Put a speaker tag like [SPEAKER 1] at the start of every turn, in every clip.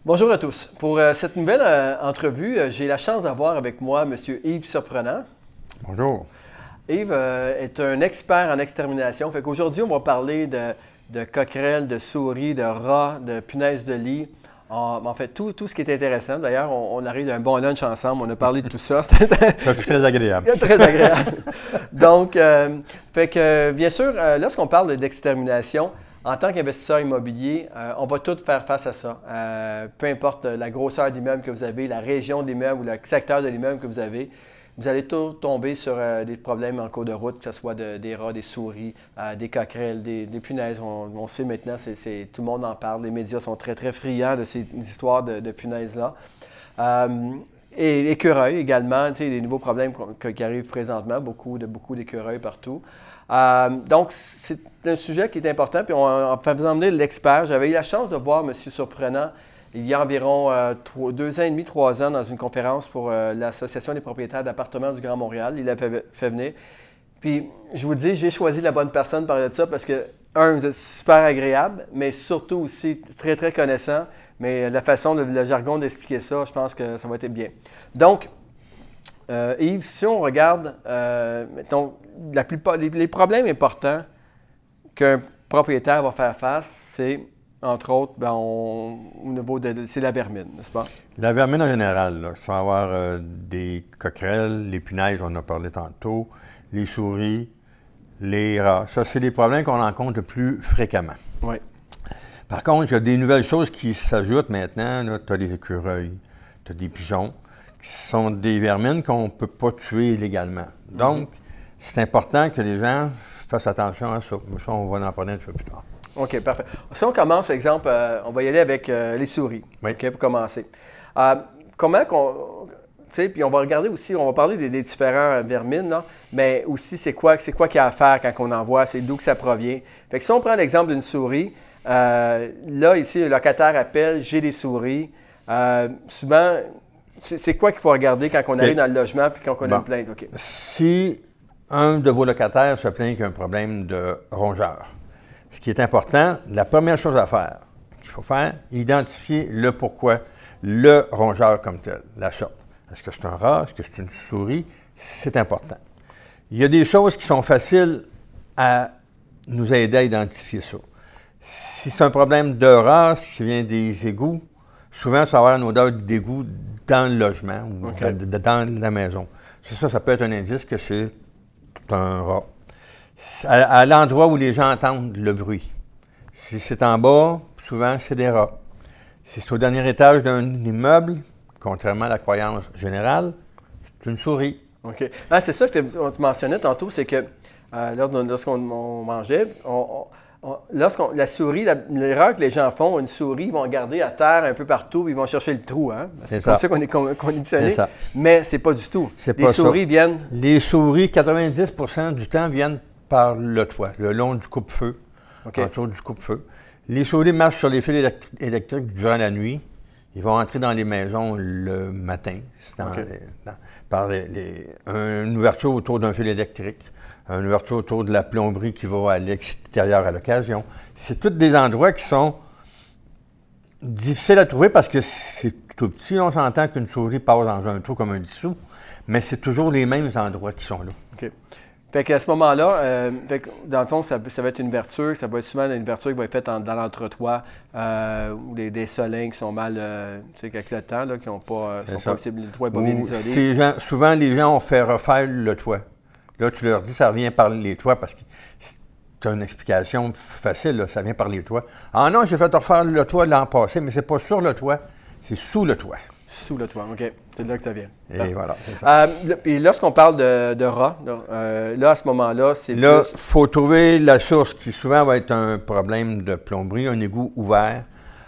[SPEAKER 1] Bonjour à tous. Pour cette nouvelle entrevue, j'ai la chance d'avoir avec moi M. Yves Surprenant.
[SPEAKER 2] Bonjour.
[SPEAKER 1] Yves est un expert en extermination. Fait qu'aujourd'hui, on va parler de coquerelles, de souris, de rats, de punaises de lit. En fait, tout ce qui est intéressant. D'ailleurs, on arrive d'un bon lunch ensemble. On a parlé de tout ça.
[SPEAKER 2] C'est très agréable.
[SPEAKER 1] Très agréable. Donc, fait que, bien sûr, lorsqu'on parle d'extermination, en tant qu'investisseur immobilier, on va tous faire face à ça. Peu importe la grosseur d'immeuble que vous avez, la région de l'immeuble ou le secteur de l'immeuble que vous avez, vous allez tous tomber sur des problèmes en cours de route, que ce soit des rats, des souris, des coquerelles, des punaises. On sait maintenant, tout le monde en parle. Les médias sont très, très friands de ces histoires de punaises-là. Et l'écureuil également, tu sais, les nouveaux problèmes qui arrivent présentement, beaucoup d'écureuils partout. Donc, c'est un sujet qui est important. Puis, en faisant emmener l'expert, j'avais eu la chance de voir M. Surprenant il y a environ 2 ans et demi, 3 ans, dans une conférence pour l'Association des propriétaires d'appartements du Grand Montréal. Il l'a fait venir. Puis, je vous dis, j'ai choisi la bonne personne pour parler de ça parce que, vous êtes super agréable, mais surtout aussi très, très connaissant. Mais la façon, le jargon d'expliquer ça, je pense que ça va être bien. Donc, Yves, si on regarde, mettons, les problèmes importants qu'un propriétaire va faire face, c'est, entre autres, au niveau c'est la vermine, n'est-ce pas?
[SPEAKER 2] La vermine en général, là, ça va avoir des coquerelles, les punaises, on en a parlé tantôt, les souris, les rats. Ça, c'est des problèmes qu'on rencontre le plus fréquemment.
[SPEAKER 1] Oui.
[SPEAKER 2] Par contre, il y a des nouvelles choses qui s'ajoutent maintenant. Tu as des écureuils, tu as des pigeons, qui sont des vermines qu'on ne peut pas tuer illégalement. Donc, c'est important que les gens fassent attention à ça. Ça, on va en parler un peu plus tard.
[SPEAKER 1] OK, parfait. Si on commence, par exemple, on va y aller avec les souris,
[SPEAKER 2] oui.
[SPEAKER 1] OK, pour commencer. Comment qu'on... Tu sais, puis on va regarder aussi, on va parler des différents vermines, là, mais aussi c'est quoi qu'il y a à faire quand on en voit, c'est d'où que ça provient. Fait que si on prend l'exemple d'une souris, là, ici, le locataire appelle, j'ai des souris. Souvent, c'est quoi qu'il faut regarder quand on arrive dans le logement puis quand on a une plainte? Okay.
[SPEAKER 2] Si un de vos locataires se plaint qu'il y a un problème de rongeur, ce qui est important, la première chose à faire, qu'il faut faire, identifier le pourquoi, le rongeur comme tel, la sorte. Est-ce que c'est un rat? Est-ce que c'est une souris? C'est important. Il y a des choses qui sont faciles à nous aider à identifier ça. Si c'est un problème de rat, si vient des égouts, souvent, ça va avoir une odeur d'égout dans le logement ou dans la maison. C'est ça peut être un indice que c'est un rat. À l'endroit où les gens entendent le bruit. Si c'est en bas, souvent, c'est des rats. Si c'est au dernier étage d'un immeuble, contrairement à la croyance générale, c'est une souris.
[SPEAKER 1] OK. C'est ça que tu mentionnais tantôt, c'est que lorsqu'on mangeait, la souris, l'erreur que les gens font, une souris, ils vont regarder à terre un peu partout, ils vont chercher le trou. Hein? C'est comme ça qu'on est conditionné. Mais c'est pas du tout. Les souris viennent...
[SPEAKER 2] Les souris, 90% du temps, viennent par le toit, le long du coupe-feu, en dessous du coupe-feu. Les souris marchent sur les fils électriques durant la nuit. Ils vont entrer dans les maisons le matin, par une ouverture autour d'un fil électrique, une ouverture autour de la plomberie qui va à l'extérieur à l'occasion. C'est tous des endroits qui sont difficiles à trouver parce que c'est tout petit. On s'entend qu'une souris passe dans un trou comme un dissous, mais c'est toujours les mêmes endroits qui sont là.
[SPEAKER 1] OK. Fait qu'à ce moment-là, dans le fond, ça va être une ouverture, ça va être souvent une ouverture qui va être faite dans l'entretoit ou des solins qui sont mal, tu sais, avec le temps, là, qui n'ont pas, le toit n'est pas bien isolé.
[SPEAKER 2] Souvent, les gens ont fait refaire le toit. Là, tu leur dis, ça revient par les toits parce que tu as une explication facile, là, ça vient par les toits. Ah non, j'ai fait refaire le toit l'an passé, mais c'est pas sur le toit, c'est sous le toit.
[SPEAKER 1] Sous le toit, OK. C'est de là que ça vient.
[SPEAKER 2] Et voilà, c'est ça.
[SPEAKER 1] Puis lorsqu'on parle de rats, là, à ce moment-là, c'est
[SPEAKER 2] là, il faut trouver la source qui souvent va être un problème de plomberie, un égout ouvert.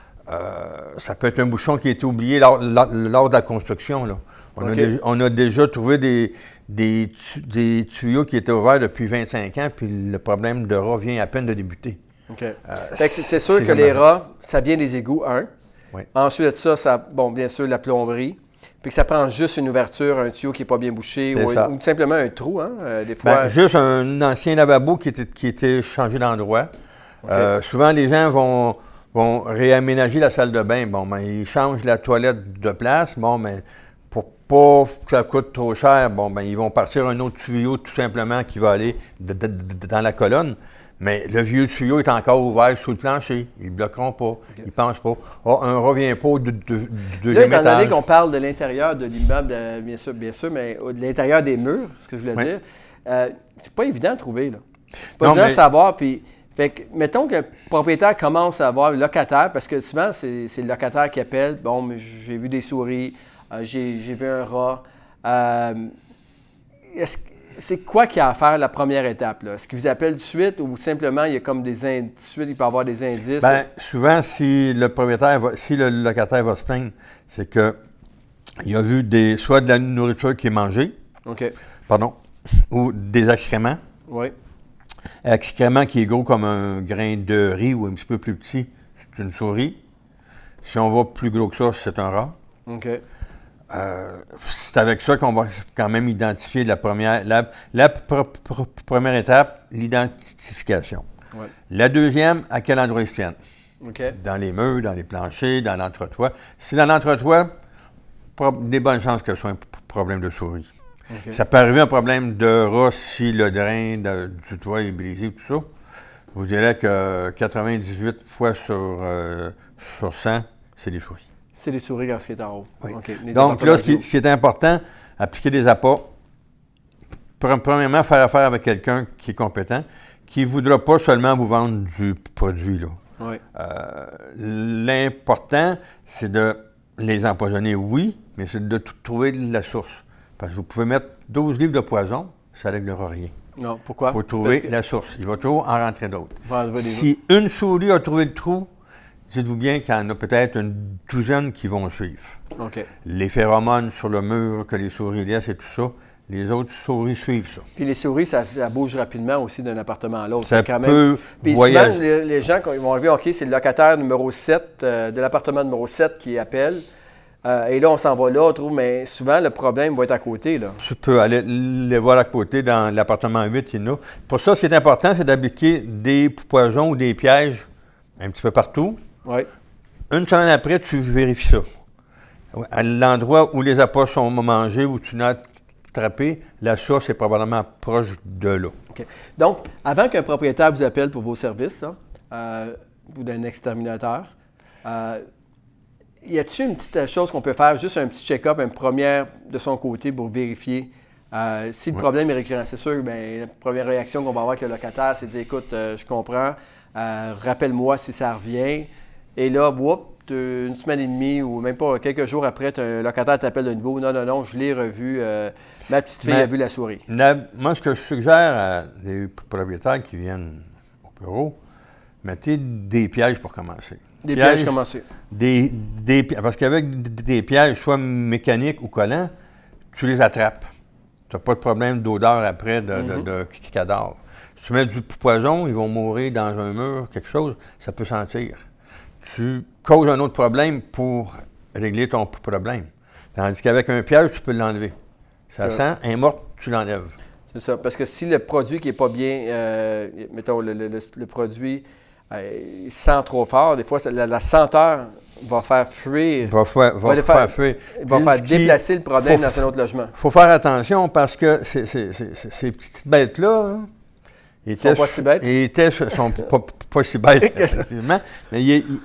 [SPEAKER 2] Ça peut être un bouchon qui a été oublié lors de la construction. Là. On a déjà trouvé des tuyaux qui étaient ouverts depuis 25 ans, puis le problème de rats vient à peine de débuter.
[SPEAKER 1] OK. C'est sûr que les rats, ça vient des égouts,
[SPEAKER 2] Oui.
[SPEAKER 1] Ensuite de ça, bien sûr, la plomberie. Puis que ça prend juste une ouverture, un tuyau qui n'est pas bien bouché ou simplement un trou, hein, des fois.
[SPEAKER 2] Juste un ancien lavabo qui était changé d'endroit. Souvent, les gens vont réaménager la salle de bain. Bon, ben, ils changent la toilette de place. Bon, ben, pour pas que ça coûte trop cher, bon, ben, ils vont partir un autre tuyau tout simplement qui va aller dans la colonne. Mais le vieux tuyau est encore ouvert sous le plancher. Ils ne bloqueront pas. Okay. Ils ne pensent pas. Oh, un revient-pas de
[SPEAKER 1] là, étant donné qu'on parle de l'intérieur de l'immeuble, bien sûr, mais de l'intérieur des murs, ce que je voulais dire, c'est pas évident de trouver. Là. C'est pas évident de savoir. Puis, fait que, mettons que le propriétaire commence à avoir le locataire, parce que souvent, c'est le locataire qui appelle. Bon, mais j'ai vu des souris, j'ai vu un rat. C'est quoi qu'il y a à faire la première étape? Là? Est-ce qu'il vous appelle tout de suite ou simplement il y a comme des indices, tout de suite il peut y avoir des indices?
[SPEAKER 2] Bien, souvent, si le locataire va se plaindre, c'est qu'il a vu soit de la nourriture qui est mangée, ou des excréments.
[SPEAKER 1] Oui.
[SPEAKER 2] Excrément qui est gros comme un grain de riz ou un petit peu plus petit, c'est une souris. Si on va plus gros que ça, c'est un rat.
[SPEAKER 1] OK.
[SPEAKER 2] C'est avec ça qu'on va quand même identifier la première étape, l'identification.
[SPEAKER 1] Ouais.
[SPEAKER 2] La deuxième, à quel endroit ils se tiennent?
[SPEAKER 1] Okay.
[SPEAKER 2] Dans les murs, dans les planchers, dans l'entretoit. Si dans l'entretoit, des bonnes chances que ce soit un problème de souris. Okay. Ça peut arriver un problème de rat si le drain du toit est brisé, tout ça. Je vous dirais que 98 fois sur 100, c'est des souris.
[SPEAKER 1] C'est les souris quand c'est en haut.
[SPEAKER 2] Oui.
[SPEAKER 1] Okay.
[SPEAKER 2] Donc là, ce qui est important, appliquer des appâts. Premièrement, faire affaire avec quelqu'un qui est compétent, qui ne voudra pas seulement vous vendre du produit. Là.
[SPEAKER 1] Oui.
[SPEAKER 2] L'important, c'est de les empoisonner, oui, mais c'est de trouver la source. Parce que vous pouvez mettre 12 livres de poison, ça ne réglera rien.
[SPEAKER 1] Non, pourquoi?
[SPEAKER 2] Il faut trouver la source. Il va toujours en rentrer d'autres. Si une souris a trouvé le trou, dites-vous bien qu'il y en a peut-être une douzaine qui vont suivre.
[SPEAKER 1] Okay.
[SPEAKER 2] Les phéromones sur le mur que les souris laissent et tout ça, les autres souris suivent ça.
[SPEAKER 1] Puis les souris, ça bouge rapidement aussi d'un appartement à l'autre.
[SPEAKER 2] Ça peut voyager.
[SPEAKER 1] Puis souvent, les gens, quand ils vont arriver, OK, c'est le locataire numéro 7 de l'appartement numéro 7 qui appelle. Et là, on s'en va là, on trouve, mais souvent, le problème va être à côté. Là.
[SPEAKER 2] Tu peux aller les voir à côté dans l'appartement 8, il y en a. Pour ça, ce qui est important, c'est d'appliquer des poisons ou des pièges un petit peu partout.
[SPEAKER 1] Oui.
[SPEAKER 2] Une semaine après, tu vérifies ça. À l'endroit où les appâts sont mangés, où tu n'as attrapé, la source est probablement proche de là.
[SPEAKER 1] OK. Donc, avant qu'un propriétaire vous appelle pour vos services, ou d'un exterminateur, y a-t-il une petite chose qu'on peut faire, juste un petit check-up, une première de son côté pour vérifier si le problème est récurrent? C'est sûr, bien, la première réaction qu'on va avoir avec le locataire, c'est de dire, écoute, je comprends, rappelle-moi si ça revient. Et là, une semaine et demie ou même pas quelques jours après, un locataire t'appelle de nouveau. Non, je l'ai revu. Ma petite fille a vu la souris.
[SPEAKER 2] Moi, ce que je suggère à des propriétaires qui viennent au bureau, mettez des pièges pour commencer.
[SPEAKER 1] Des pièges commencer.
[SPEAKER 2] Parce qu'avec des pièges, soit mécaniques ou collants, tu les attrapes. Tu n'as pas de problème d'odeur après de cadavre. Si tu mets du poison, ils vont mourir dans un mur, quelque chose, ça peut sentir. Tu causes un autre problème pour régler ton problème. Tandis qu'avec un piège, tu peux l'enlever. Ça sent, un mort, tu l'enlèves.
[SPEAKER 1] C'est ça, parce que si le produit qui n'est pas bien, mettons, le produit, il sent trop fort, des fois, la senteur va faire fuir.
[SPEAKER 2] Va faire fuir.
[SPEAKER 1] Il va faire déplacer le problème dans un autre logement.
[SPEAKER 2] Il faut faire attention parce que ces petites bêtes-là, hein,
[SPEAKER 1] ils sont pas si bêtes.
[SPEAKER 2] Ils sont pas si bêtes, effectivement, mais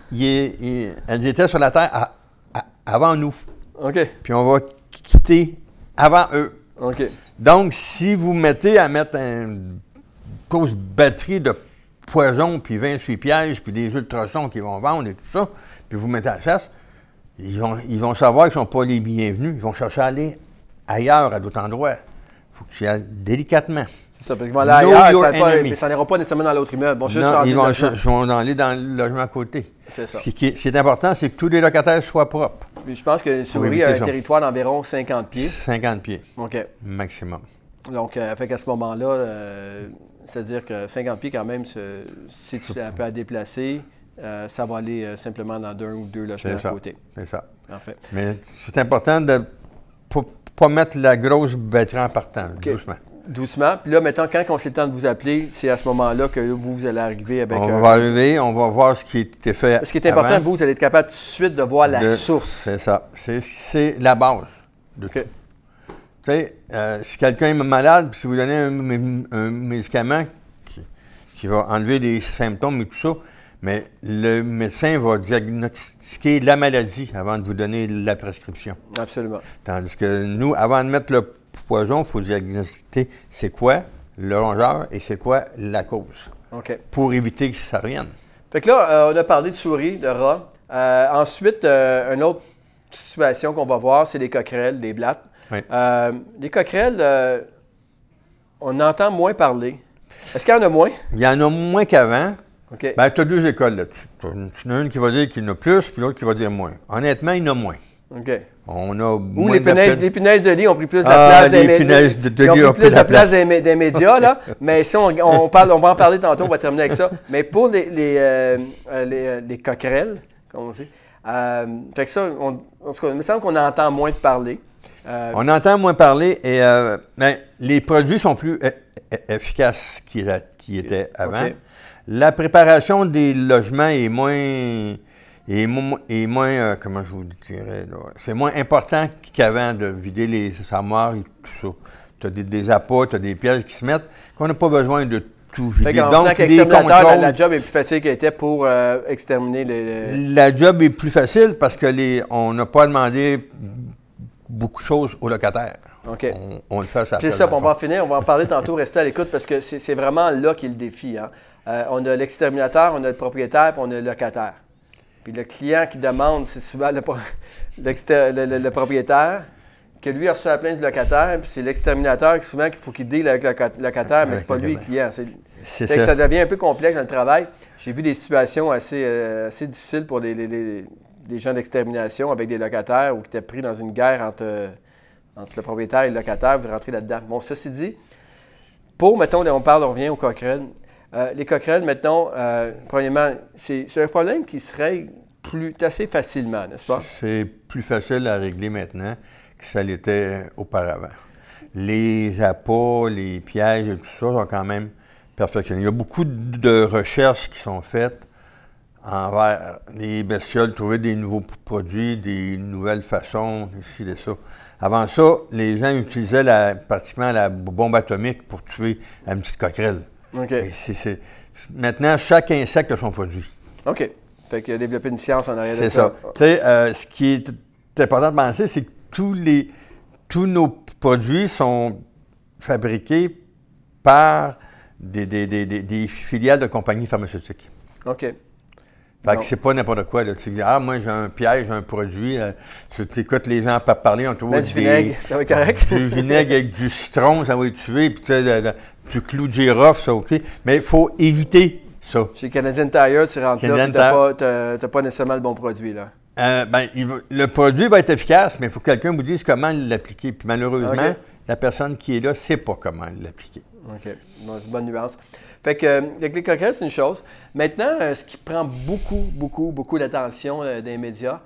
[SPEAKER 2] elles étaient sur la Terre avant nous.
[SPEAKER 1] OK.
[SPEAKER 2] Puis on va quitter avant eux.
[SPEAKER 1] OK.
[SPEAKER 2] Donc, si vous mettez à mettre une grosse batterie de poison, puis 28 pièges, puis des ultrasons qu'ils vont vendre et tout ça, puis vous mettez à la chasse, ils vont savoir qu'ils ne sont pas les bienvenus. Ils vont chercher à aller ailleurs, à d'autres endroits. Il faut que tu y ailles délicatement.
[SPEAKER 1] C'est ça, parce qu'ils vont aller ailleurs, ça n'ira pas nécessairement dans l'autre immeuble.
[SPEAKER 2] Ils vont aller dans le logement à côté.
[SPEAKER 1] C'est ça.
[SPEAKER 2] Ce qui est important, c'est que tous les locataires soient propres.
[SPEAKER 1] Puis je pense qu'une souris a un territoire d'environ 50 pieds.
[SPEAKER 2] 50 pieds.
[SPEAKER 1] OK.
[SPEAKER 2] Maximum.
[SPEAKER 1] Donc, fait qu'à ce moment-là, c'est-à-dire que 50 pieds, quand même, si tu es un peu à déplacer, ça va aller simplement dans d'un ou deux logements à côté.
[SPEAKER 2] C'est ça.
[SPEAKER 1] En fait.
[SPEAKER 2] Mais c'est important de ne pas mettre la grosse batterie en partant, doucement.
[SPEAKER 1] Doucement. Puis là, maintenant, quand c'est le temps de vous appeler, c'est à ce moment-là que vous allez arriver avec...
[SPEAKER 2] On va arriver, on va voir ce qui a été fait.
[SPEAKER 1] Ce qui est important,
[SPEAKER 2] avant.
[SPEAKER 1] vous allez être capable tout de suite de voir la source.
[SPEAKER 2] C'est ça. C'est la base de tout. Tu sais, si quelqu'un est malade, puis si vous donnez un médicament qui va enlever des symptômes et tout ça, mais le médecin va diagnostiquer la maladie avant de vous donner la prescription.
[SPEAKER 1] Absolument.
[SPEAKER 2] Tandis que nous, avant de mettre le poison, il faut diagnostiquer c'est quoi le rongeur et c'est quoi la cause.
[SPEAKER 1] OK.
[SPEAKER 2] Pour éviter que ça revienne.
[SPEAKER 1] Fait que là, on a parlé de souris, de rats. Ensuite, une autre situation qu'on va voir, c'est les coquerelles, les blattes.
[SPEAKER 2] Oui.
[SPEAKER 1] Les coquerelles, on entend moins parler. Est-ce qu'il y en a moins?
[SPEAKER 2] Il y en a moins qu'avant.
[SPEAKER 1] OK.
[SPEAKER 2] Bien, tu as deux écoles là-dessus. Tu en as une qui va dire qu'il y en a plus, puis l'autre qui va dire moins. Honnêtement, il y en a moins.
[SPEAKER 1] OK.
[SPEAKER 2] On a
[SPEAKER 1] Ou les punaises de lit ont pris plus de la place
[SPEAKER 2] des punaises de lit
[SPEAKER 1] ont pris plus de place des médias, là. Mais si on va en parler tantôt, on va terminer avec ça. Mais pour les coquerelles, comme on dit, fait que ça, en tout cas, il me semble qu'on entend moins de parler.
[SPEAKER 2] On entend moins parler et les produits sont plus efficaces qu'ils étaient avant.
[SPEAKER 1] Okay.
[SPEAKER 2] La préparation des logements est moins comment je vous dirais, là, c'est moins important qu'avant de vider les armoires et tout ça. Tu as des appâts, tu as des pièces qui se mettent, qu'on n'a pas besoin de tout vider.
[SPEAKER 1] Donc, les contrôles... la job est plus facile qu'elle était pour exterminer les...
[SPEAKER 2] La job est plus facile parce que on n'a pas demandé beaucoup de choses aux locataires.
[SPEAKER 1] OK.
[SPEAKER 2] On le fait à sa place.
[SPEAKER 1] C'est ça, on va en finir, on va en parler tantôt, restez à l'écoute parce que c'est vraiment là qu'est le défi. Hein. On a l'exterminateur, on a le propriétaire, puis on a le locataire. Puis le client qui demande, c'est souvent le propriétaire, que lui a reçu la plainte du locataire, puis c'est l'exterminateur qui souvent qu'il faut qu'il deal avec le locataire, mais c'est pas lui le client. C'est ça. Ça devient un peu complexe dans le travail. J'ai vu des situations assez difficiles pour des gens d'extermination avec des locataires ou qui étaient pris dans une guerre entre le propriétaire et le locataire, vous rentrez là-dedans. Bon, ceci dit, mettons, on revient aux coquerelles. Les coquerelles, maintenant, premièrement, c'est un problème qui se règle assez facilement, n'est-ce pas?
[SPEAKER 2] C'est plus facile à régler maintenant que ça l'était auparavant. Les appâts, les pièges et tout ça sont quand même perfectionnés. Il y a beaucoup de recherches qui sont faites envers les bestioles, trouver des nouveaux produits, des nouvelles façons, ici et ça. Avant ça, les gens utilisaient pratiquement la bombe atomique pour tuer une petite coquerelle.
[SPEAKER 1] OK.
[SPEAKER 2] Maintenant, chaque insecte a son produit.
[SPEAKER 1] OK. Fait qu'il a développé une science en arrière de ça.
[SPEAKER 2] C'est ça. Tu sais, ce qui est important de penser, c'est que tous nos produits sont fabriqués par des filiales de compagnies pharmaceutiques.
[SPEAKER 1] OK.
[SPEAKER 2] Fait que c'est pas n'importe quoi. Là. Tu dis, moi, j'ai un piège, j'ai un produit. Tu écoutes les gens parler, on trouve
[SPEAKER 1] du vinaigre, ça va être correct.
[SPEAKER 2] Du vinaigre avec du citron, ça va être tué. Puis tu sais, du clou de girofle, ça, OK. Mais il faut éviter ça.
[SPEAKER 1] Chez Canadian Tire, tu rentres là, tu n'as pas nécessairement le bon produit, là.
[SPEAKER 2] Le produit va être efficace, mais il faut que quelqu'un vous dise comment l'appliquer. Puis malheureusement, la personne qui est là ne sait pas comment l'appliquer.
[SPEAKER 1] OK. Bon, c'est une bonne nuance. Fait que les coquerelles, c'est une chose. Maintenant, ce qui prend beaucoup d'attention des médias,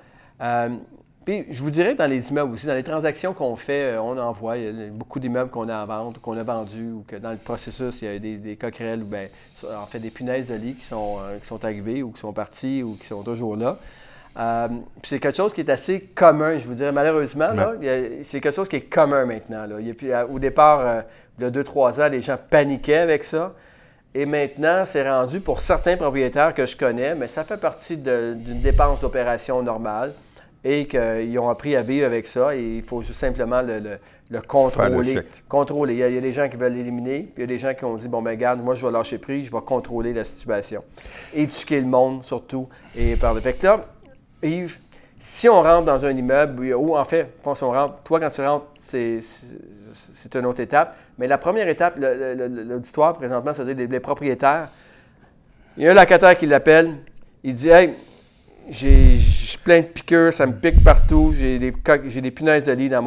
[SPEAKER 1] puis je vous dirais dans les immeubles aussi, dans les transactions qu'on fait, on envoie, il y a beaucoup d'immeubles qu'on a à vendre, qu'on a vendus, ou que dans le processus, il y a des coquerelles, ou bien, en fait, des punaises de lit qui sont arrivées, ou qui sont parties, ou qui sont toujours là. Puis c'est quelque chose qui est assez commun, je vous dirais, malheureusement. Là, c'est quelque chose qui est commun maintenant. Là. Au départ, il y a 2-3 ans, les gens paniquaient avec ça. Et maintenant, c'est rendu pour certains propriétaires que je connais, mais ça fait partie d'une dépense d'opération normale et qu'ils ont appris à vivre avec ça et il faut juste simplement le contrôler. Il y a des gens qui veulent l'éliminer, puis il y a des gens qui ont dit, bon, ben regarde, moi, je vais lâcher prise, je vais contrôler la situation. Éduquer le monde, surtout. Et par le fait que là, Yves, si on rentre dans un immeuble, ou en fait, quand tu rentres, c'est une autre étape. Mais la première étape, l'auditoire présentement, c'est-à-dire les propriétaires. Il y a un locataire qui l'appelle. Il dit, hey, j'ai plein de piqûres, ça me pique partout, j'ai des punaises de lit dans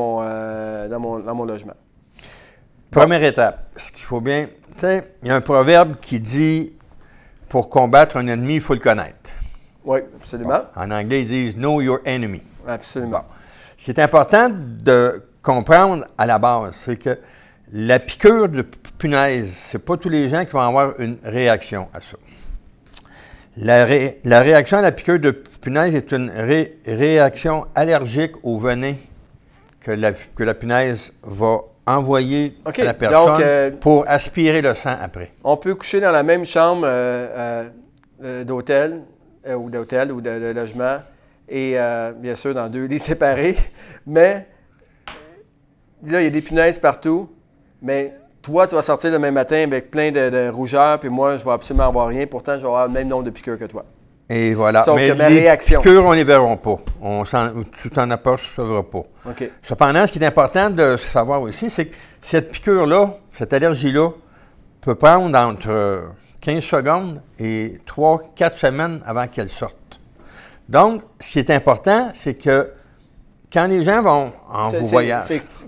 [SPEAKER 1] mon logement.
[SPEAKER 2] Première étape, ce qu'il faut bien, tu sais, il y a un proverbe qui dit, pour combattre un ennemi, il faut le connaître.
[SPEAKER 1] Oui, absolument.
[SPEAKER 2] Bon, en anglais, ils disent « know your enemy ».
[SPEAKER 1] Absolument.
[SPEAKER 2] Bon. Ce qui est important de comprendre à la base, c'est que La piqûre de punaise, c'est pas tous les gens qui vont avoir une réaction à ça. La réaction à la piqûre de punaise est une réaction allergique au venin que la punaise va envoyer à la personne pour aspirer le sang après.
[SPEAKER 1] On peut coucher dans la même chambre d'hôtel ou de logement et bien sûr dans 2 lits séparés, mais là, il y a des punaises partout, mais toi, tu vas sortir le même matin avec plein de rougeurs, puis moi, je ne vais absolument avoir rien. Pourtant, je vais avoir le même nombre de piqûres que toi.
[SPEAKER 2] Et voilà.
[SPEAKER 1] Sauf
[SPEAKER 2] mais
[SPEAKER 1] que ma
[SPEAKER 2] les
[SPEAKER 1] réaction...
[SPEAKER 2] piqûres, on ne les verra pas. Tu t'en apercevras pas.
[SPEAKER 1] OK.
[SPEAKER 2] Cependant, ce qui est important de savoir aussi, c'est que cette piqûre-là, cette allergie-là, peut prendre entre 15 secondes et 3-4 semaines avant qu'elle sorte. Donc, ce qui est important, c'est que quand les gens vont en voyage,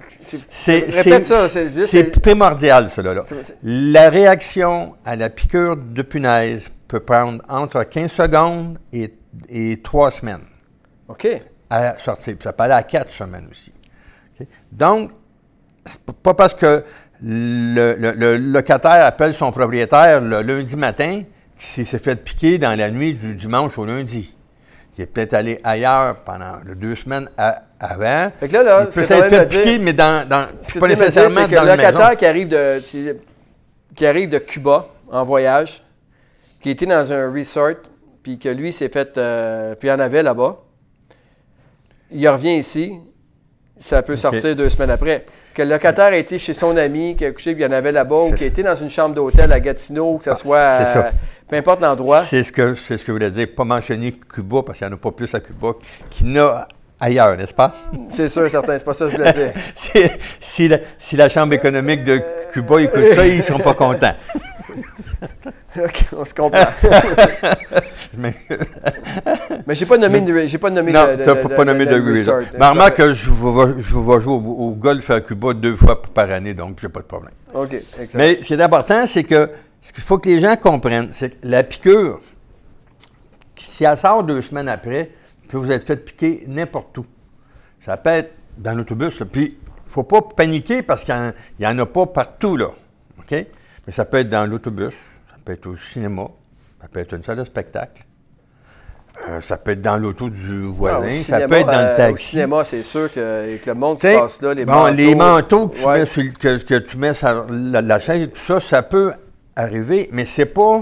[SPEAKER 2] c'est primordial, cela. La réaction à la piqûre de punaise peut prendre entre 15 secondes et 3 semaines.
[SPEAKER 1] OK.
[SPEAKER 2] À sortir. Puis ça peut aller à 4 semaines aussi. Okay? Donc, c'est pas parce que le locataire appelle son propriétaire le lundi matin qu'il s'est fait piquer dans la nuit du dimanche au lundi. Il est peut-être allé ailleurs pendant 2 semaines avant.
[SPEAKER 1] Fait que là,
[SPEAKER 2] il peut s'être fait piquer, mais pas nécessairement dans la maison. Le locataire
[SPEAKER 1] qui arrive de Cuba en voyage, qui était dans un resort, puis que lui s'est fait... puis il en avait là-bas. Il revient ici, ça peut sortir 2 semaines après. Que le locataire a été chez son ami, qui a couché, puis il en avait là-bas, ou qui a été dans une chambre d'hôtel à Gatineau, que ce soit... peu importe l'endroit.
[SPEAKER 2] C'est ce que je voulais dire. Pas mentionner Cuba, parce qu'il n'y en a pas plus à Cuba qu'il n'y en a ailleurs, n'est-ce pas?
[SPEAKER 1] C'est sûr et certain, c'est pas ça que je voulais dire.
[SPEAKER 2] Si la Chambre économique de Cuba écoute ça, ils ne seront pas contents.
[SPEAKER 1] OK, on se comprend. Mais j'ai pas nommé de resort.
[SPEAKER 2] Mais remarque que je vais jouer au golf à Cuba 2 fois par année, donc j'ai pas de problème.
[SPEAKER 1] OK, excellent.
[SPEAKER 2] Mais ce qui est important, c'est que ce qu'il faut que les gens comprennent, c'est que la piqûre, si elle sort 2 semaines après, peut vous être fait piquer n'importe où. Ça peut être dans l'autobus, là. Puis il ne faut pas paniquer parce qu'il n'y en a pas partout, là. OK? Mais ça peut être dans l'autobus, ça peut être au cinéma, ça peut être une salle de spectacle, ça peut être dans l'auto du voisin, ça peut être dans le taxi. Au
[SPEAKER 1] cinéma, c'est sûr que le monde qui passe là,
[SPEAKER 2] les manteaux que tu mets sur la chaise et tout ça, ça peut arriver, mais c'est pas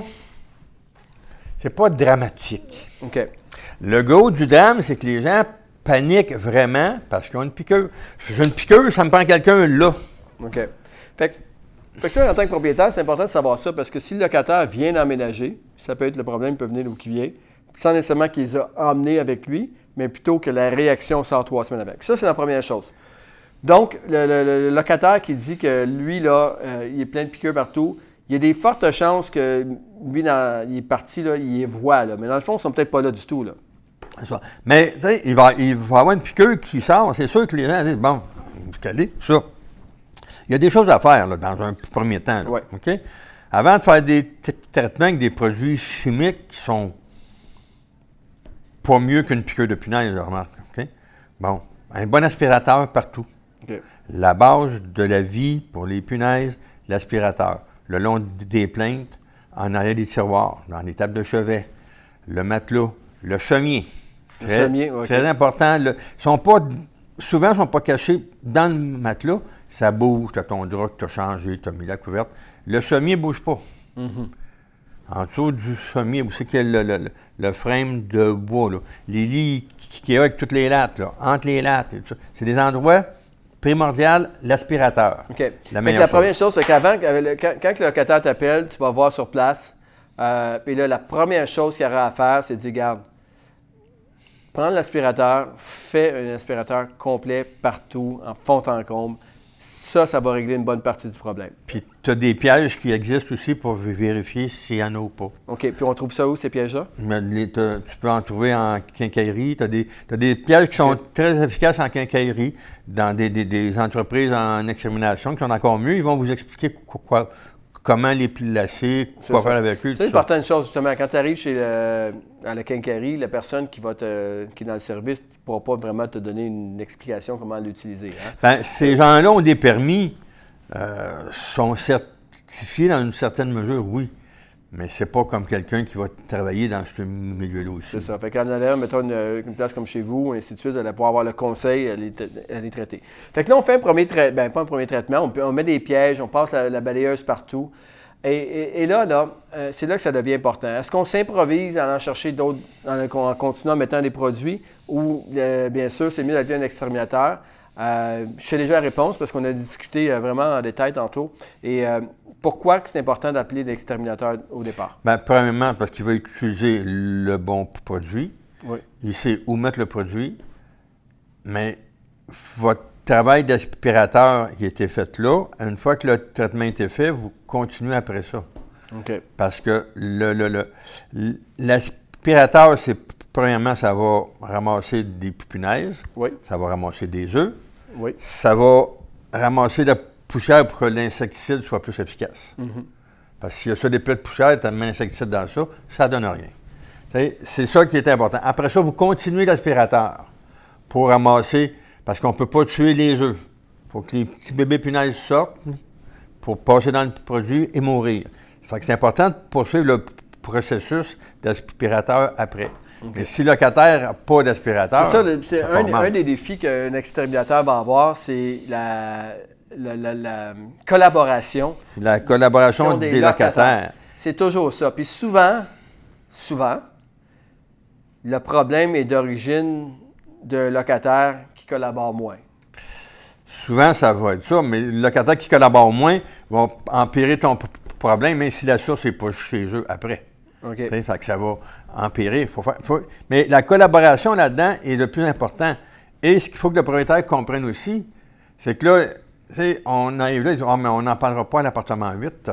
[SPEAKER 2] dramatique.
[SPEAKER 1] OK. Le
[SPEAKER 2] gros du drame, c'est que les gens paniquent vraiment parce qu'ils ont une piqûre. Si j'ai une piqûre, ça me prend quelqu'un là.
[SPEAKER 1] OK. Fait que ça, en tant que propriétaire, c'est important de savoir ça parce que si le locataire vient d'emménager, ça peut être le problème, il peut venir d'où qu'il vient, sans nécessairement qu'il les a emmenés avec lui, mais plutôt que la réaction sort 3 semaines avec. Ça, c'est la première chose. Donc, le locataire qui dit que lui, là, il est plein de piqûres partout, il y a des fortes chances que lui, il est parti, là, il les voit, là. Mais dans le fond, ils ne sont peut-être pas là du tout, là.
[SPEAKER 2] C'est ça. Mais, tu sais, il va avoir une piqûre qui sort. C'est sûr que les gens disent, bon, vous calez, ça. Il y a des choses à faire, là, dans un premier temps. Là, OK? Avant de faire des traitements avec des produits chimiques qui sont pas mieux qu'une piqûre de punaise, je remarque. OK? Bon, un bon aspirateur partout.
[SPEAKER 1] Okay.
[SPEAKER 2] La base de la vie pour les punaises, l'aspirateur. Le long des plaintes, en arrière des tiroirs, dans les tables de chevet, le matelas, le sommier. Très important. Souvent, ils ne sont pas cachés dans le matelas. Ça bouge, tu as ton drap que tu as changé, tu as mis la couverte. Le sommier ne bouge pas.
[SPEAKER 1] Mm-hmm.
[SPEAKER 2] En dessous du sommier, vous savez qu'il y a le frame de bois, là. Les lits qui est avec toutes les lattes, là, entre les lattes. Et tout ça. C'est des endroits primordiaux, l'aspirateur.
[SPEAKER 1] OK. La première chose, c'est qu'avant, quand le locataire t'appelle, tu vas voir sur place. Puis là, la première chose qu'il y aura à faire, c'est de dire, regarde, prends l'aspirateur, fais un aspirateur complet partout, en fond en comble. Ça va régler une bonne partie du problème.
[SPEAKER 2] Puis, tu as des pièges qui existent aussi pour vérifier s'il y en a ou pas.
[SPEAKER 1] OK. Puis, on trouve ça où, ces pièges-là?
[SPEAKER 2] Tu peux en trouver en quincaillerie. Tu as des pièges qui sont très efficaces en quincaillerie, dans des entreprises en extermination qui sont encore mieux. Ils vont vous expliquer comment les placer, quoi faire avec eux.
[SPEAKER 1] C'est important une chose, justement. Quand tu arrives à la quincaillerie, la personne qui est dans le service ne pourra pas vraiment te donner une explication comment l'utiliser. Hein?
[SPEAKER 2] Bien, ces gens-là ont des permis sont certifiés dans une certaine mesure, oui. Mais c'est pas comme quelqu'un qui va travailler dans ce milieu-là aussi.
[SPEAKER 1] C'est ça. Fait qu'en allant, mettons une place comme chez vous, ainsi de suite, vous allez pouvoir avoir le conseil à les traiter. Fait que là, on fait un premier traitement, pas un premier traitement, on met des pièges, on passe la balayeuse partout. Et là, c'est là que ça devient important. Est-ce qu'on s'improvise en allant chercher d'autres, en continuant en mettant des produits, ou bien sûr, c'est mieux d'appeler un exterminateur? Je sais déjà la réponse parce qu'on a discuté vraiment en détail tantôt. Et pourquoi c'est important d'appeler l'exterminateur au départ?
[SPEAKER 2] Bien, premièrement, parce qu'il va utiliser le bon produit.
[SPEAKER 1] Oui.
[SPEAKER 2] Il sait où mettre le produit. Mais votre travail d'aspirateur qui a été fait là, une fois que le traitement a été fait, vous continuez après ça.
[SPEAKER 1] OK.
[SPEAKER 2] Parce que l'aspirateur, c'est premièrement, ça va ramasser des punaises.
[SPEAKER 1] Oui.
[SPEAKER 2] Ça va ramasser des œufs.
[SPEAKER 1] Oui.
[SPEAKER 2] Ça va ramasser de la poussière pour que l'insecticide soit plus efficace.
[SPEAKER 1] Mm-hmm.
[SPEAKER 2] Parce que s'il y a ça des plaies de poussière, tu mets l'insecticide dans ça, ça ne donne rien. C'est ça qui est important. Après ça, vous continuez l'aspirateur pour ramasser, parce qu'on ne peut pas tuer les œufs. Il faut que les petits bébés punaises sortent pour passer dans le produit et mourir. Ça fait que c'est important de poursuivre le processus d'aspirateur après. Okay. Mais si le locataire n'a pas d'aspirateur...
[SPEAKER 1] C'est un des défis qu'un exterminateur va avoir, c'est la collaboration.
[SPEAKER 2] La collaboration des locataires.
[SPEAKER 1] C'est toujours ça. Puis souvent, le problème est d'origine d'un locataire qui collabore moins.
[SPEAKER 2] Souvent, ça va être ça, mais le locataire qui collabore moins va empirer ton problème, même si la source n'est pas chez eux après.
[SPEAKER 1] OK.
[SPEAKER 2] Fait que ça va empirer. Mais la collaboration là-dedans est le plus important. Et ce qu'il faut que le propriétaire comprenne aussi, c'est que là, on arrive là, ils disent « Ah, mais on n'en parlera pas à l'appartement 8.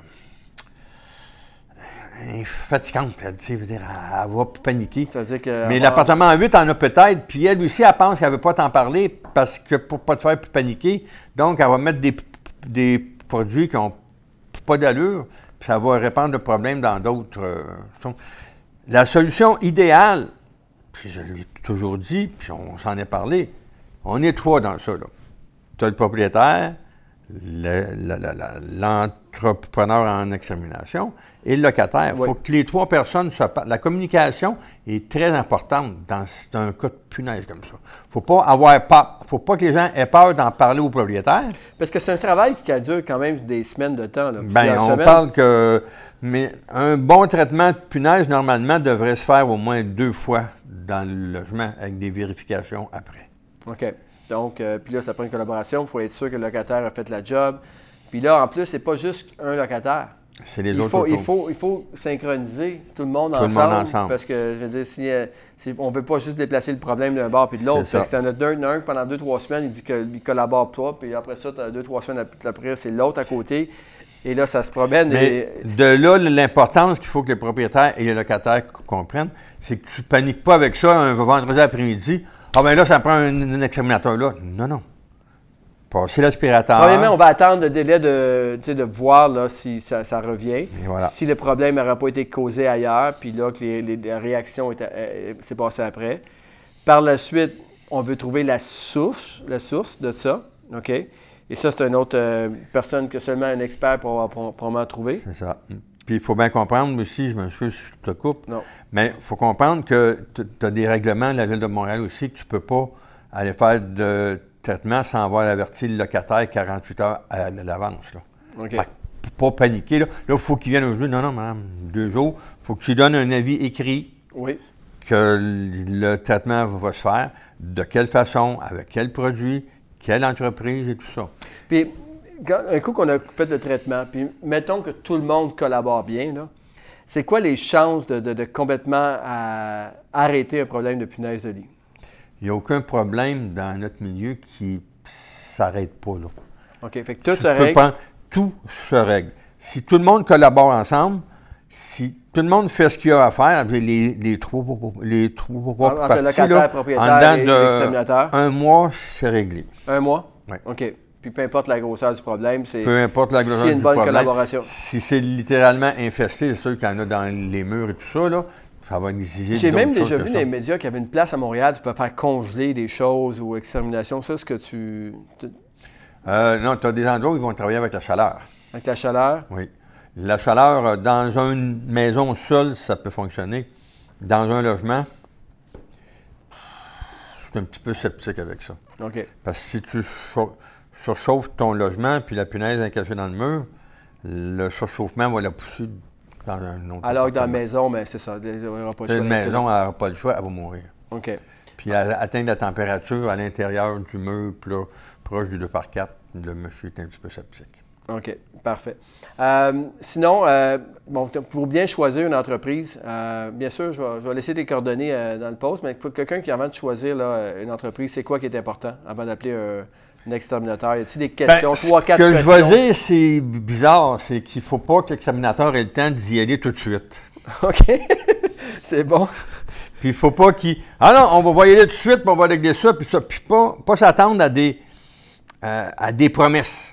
[SPEAKER 2] Elle est fatigante, elle va paniquer.
[SPEAKER 1] Ça veut dire que
[SPEAKER 2] mais l'appartement 8 en a peut-être, puis elle aussi, elle pense qu'elle ne veut pas t'en parler parce que pour ne pas te faire paniquer, donc elle va mettre des produits qui n'ont pas d'allure, puis ça va répandre le problème dans d'autres. La solution idéale, puis je l'ai toujours dit, puis on s'en est parlé, on est trois dans ça. Tu as le propriétaire, l'entrepreneur en extermination et le locataire. Il faut que les trois personnes se parlent. La communication est très importante dans un cas de punaise comme ça. Il ne faut pas que les gens aient peur d'en parler au propriétaire.
[SPEAKER 1] Parce que c'est un travail qui dure quand même des semaines de temps. Là,
[SPEAKER 2] on parle que... Mais un bon traitement de punaise, normalement, devrait se faire au moins 2 fois dans le logement avec des vérifications après.
[SPEAKER 1] OK. Donc, puis là, ça prend une collaboration. Il faut être sûr que le locataire a fait la job. Puis là, en plus, c'est pas juste un locataire.
[SPEAKER 2] C'est les autres.
[SPEAKER 1] Il faut synchroniser tout le monde ensemble. Parce que, je veux dire, on ne veut pas juste déplacer le problème d'un bord puis de l'autre. Si tu en as un pendant 2-3 semaines, il dit qu'il collabore toi. Puis après ça, tu as 2-3 semaines après, c'est l'autre à côté. Et là, ça se promène.
[SPEAKER 2] Mais de là, l'importance qu'il faut que les propriétaires et les locataires comprennent, c'est que tu ne paniques pas avec ça un vendredi après-midi. Ah bien là, ça prend un exterminateur là. Non. Passer l'aspirateur.
[SPEAKER 1] Premièrement, on va attendre le délai de voir là, si ça revient.
[SPEAKER 2] Voilà.
[SPEAKER 1] Si le problème n'aurait pas été causé ailleurs, puis là, que les réactions s'est passé après. Par la suite, on veut trouver la source de ça. OK? Et ça, c'est une autre personne que seulement un expert pourra probablement trouver.
[SPEAKER 2] C'est ça. Puis il faut bien comprendre aussi, je m'excuse si je te coupe,
[SPEAKER 1] non.
[SPEAKER 2] Mais il faut comprendre que tu as des règlements de la Ville de Montréal aussi que tu ne peux pas aller faire de traitement sans avoir averti le locataire 48 heures à l'avance.
[SPEAKER 1] OK.
[SPEAKER 2] Fait que, pas paniquer. Là, il faut qu'il vienne aujourd'hui. Non, madame, 2 jours. Il faut que tu donnes un avis écrit que le traitement va se faire, de quelle façon, avec quel produit, quelle entreprise et tout ça.
[SPEAKER 1] Puis, un coup qu'on a fait le traitement, puis mettons que tout le monde collabore bien, là, c'est quoi les chances de complètement arrêter un problème de punaise de lit?
[SPEAKER 2] Il n'y a aucun problème dans notre milieu qui ne s'arrête pas là.
[SPEAKER 1] OK. Fait que tout se règle.
[SPEAKER 2] Tout se règle. Si tout le monde collabore ensemble, si tout le monde fait ce qu'il y a à faire, les trois parties,
[SPEAKER 1] locataire, propriétaire et l'exterminateur.
[SPEAKER 2] Un mois, c'est réglé.
[SPEAKER 1] Un mois?
[SPEAKER 2] Oui.
[SPEAKER 1] OK. Puis peu importe la grosseur du problème,
[SPEAKER 2] peu importe la grosseur du problème,
[SPEAKER 1] bonne collaboration.
[SPEAKER 2] Si c'est littéralement infesté, c'est sûr qu'il y en a dans les murs et tout ça, là, ça va exiger
[SPEAKER 1] J'ai même déjà vu
[SPEAKER 2] dans
[SPEAKER 1] les médias qu'il y avait une place à Montréal, tu peux faire congeler des choses ou extermination. Ça, est-ce que tu...
[SPEAKER 2] Non, tu as des endroits où ils vont travailler avec la chaleur.
[SPEAKER 1] Avec la chaleur?
[SPEAKER 2] Oui. La chaleur, dans une maison seule, ça peut fonctionner. Dans un logement, je suis un petit peu sceptique avec ça.
[SPEAKER 1] OK.
[SPEAKER 2] Parce que si tu surchauffes ton logement, puis la punaise est cachée dans le mur, le surchauffement va la pousser dans un autre.
[SPEAKER 1] Alors que dans la maison, mais c'est ça. Il n'aura pas le choix.
[SPEAKER 2] Une maison, elle n'aura pas le choix, elle va mourir.
[SPEAKER 1] OK.
[SPEAKER 2] Puis atteindre la température à l'intérieur du mur, puis là, proche du 2x4, le monsieur est un petit peu sceptique.
[SPEAKER 1] OK, parfait. Sinon, pour bien choisir une entreprise, bien sûr, je vais laisser tes coordonnées dans le post, mais pour quelqu'un qui, avant de choisir là, une entreprise, c'est quoi qui est important avant d'appeler un exterminateur? Y a-t-il des questions, 3-4 questions?
[SPEAKER 2] Ce que je vais dire, c'est bizarre, c'est qu'il ne faut pas que l'exterminateur ait le temps d'y aller tout de suite.
[SPEAKER 1] OK, c'est bon.
[SPEAKER 2] Puis il ne faut pas qu'il... Ah non, on va y aller tout de suite, puis on va régler ça, puis pas s'attendre à des promesses.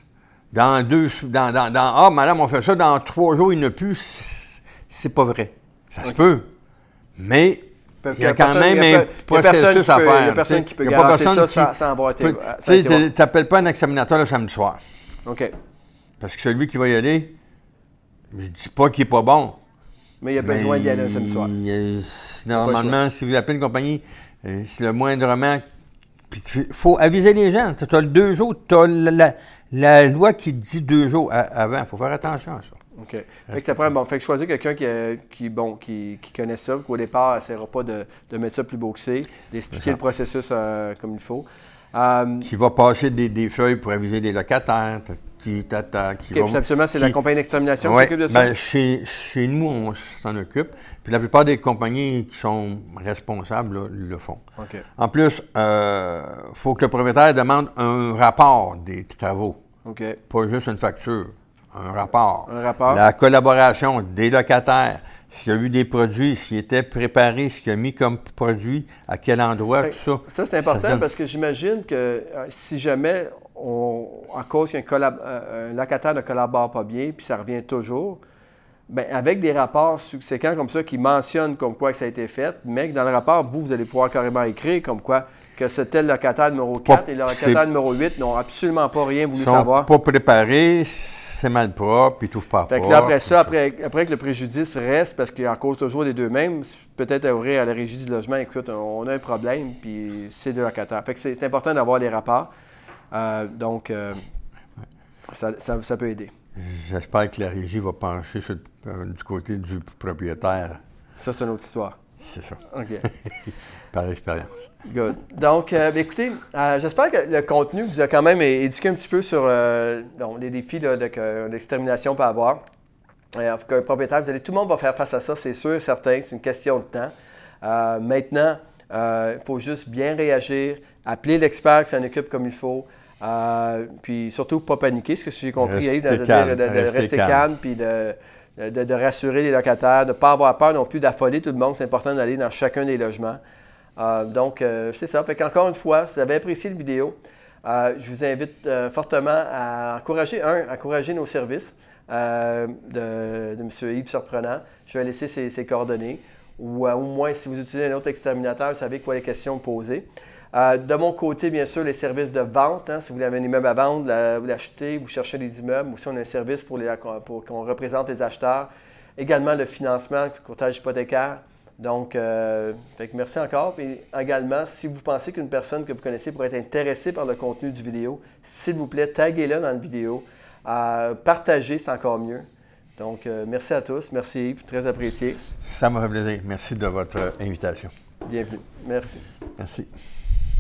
[SPEAKER 2] Ah, madame, on fait ça, dans 3 jours, il n'y en a plus. C'est pas vrai. Ça se peut. Mais il y a quand même un processus à faire.
[SPEAKER 1] Il n'y a personne qui peut garantir ça sans avoir été...
[SPEAKER 2] Tu n'appelles pas un examinateur le samedi soir.
[SPEAKER 1] OK.
[SPEAKER 2] Parce que celui qui va y aller, je ne dis pas qu'il n'est pas bon.
[SPEAKER 1] Mais il a besoin d'y aller un samedi soir.
[SPEAKER 2] Normalement, si vous appelez une compagnie, c'est le moindrement... Il faut aviser les gens. Tu as le 2 jours, tu as la loi qui dit 2 jours avant. Il faut faire attention à ça.
[SPEAKER 1] OK. Fait que ça prend, fait que choisir quelqu'un qui connaît ça, qu'au départ, elle n'essaiera pas de mettre ça plus beau que c'est, d'expliquer le processus comme il faut.
[SPEAKER 2] Qui va passer des feuilles pour aviser les locataires.
[SPEAKER 1] Absolument, c'est la compagnie d'extermination qui s'occupe de ça?
[SPEAKER 2] Bien, chez nous, on s'en occupe. Puis la plupart des compagnies qui sont responsables là, le font.
[SPEAKER 1] Okay.
[SPEAKER 2] En plus, il faut que le propriétaire demande un rapport des travaux.
[SPEAKER 1] Okay.
[SPEAKER 2] Pas juste une facture. Un rapport.
[SPEAKER 1] Un rapport.
[SPEAKER 2] La collaboration des locataires. S'il y a eu des produits, s'il était préparé, ce qu'il a mis comme produit, à quel endroit, tout ça.
[SPEAKER 1] Ça, c'est important parce que j'imagine que si jamais, à cause qu'un locataire ne collabore pas bien, puis ça revient toujours, bien, avec des rapports subséquents comme ça qui mentionnent comme quoi que ça a été fait, mais que dans le rapport, vous allez pouvoir carrément écrire comme quoi que ce tel locataire numéro 4 et le locataire numéro 8 n'ont absolument pas rien voulu savoir.
[SPEAKER 2] Pas préparés. C'est mal propre, puis ils touffent pas.
[SPEAKER 1] Fait que là, après que le préjudice reste, parce qu'il en cause toujours les deux mêmes, peut-être à ouvrir à la régie du logement, écoute, on a un problème, puis c'est deux locataires. Fait que c'est important d'avoir les rapports. Donc, ça peut aider.
[SPEAKER 2] J'espère que la régie va pencher du côté du propriétaire.
[SPEAKER 1] Ça, c'est une autre histoire.
[SPEAKER 2] C'est ça.
[SPEAKER 1] OK.
[SPEAKER 2] Par expérience.
[SPEAKER 1] Good. Donc, écoutez, j'espère que le contenu vous a quand même éduqué un petit peu sur les défis que l'extermination peut avoir. Un propriétaire, tout le monde va faire face à ça, c'est sûr, certain, c'est une question de temps. Maintenant, il faut juste bien réagir, appeler l'expert qui s'en occupe comme il faut, puis surtout pas paniquer, ce que j'ai compris, de rester calme, puis de rassurer les locataires, de ne pas avoir peur non plus d'affoler tout le monde. C'est important d'aller dans chacun des logements. Donc, c'est ça. Fait qu'encore une fois, si vous avez apprécié la vidéo, je vous invite fortement à encourager nos services de M. Yves Surprenant. Je vais laisser ses coordonnées. Ou au moins, si vous utilisez un autre exterminateur, vous savez quoi les questions poser. De mon côté, bien sûr, les services de vente. Si vous avez un immeuble à vendre, vous l'achetez, vous cherchez des immeubles. Aussi, on a un service pour qu'on représente les acheteurs. Également, le financement, le courtage hypothécaire. Donc, fait que merci encore. Et également, si vous pensez qu'une personne que vous connaissez pourrait être intéressée par le contenu du vidéo, s'il vous plaît, taguez-la dans la vidéo. Partagez, c'est encore mieux. Donc, merci à tous. Merci Yves, très apprécié.
[SPEAKER 2] Ça m'a fait plaisir. Merci de votre invitation.
[SPEAKER 1] Bienvenue. Merci.
[SPEAKER 2] Merci.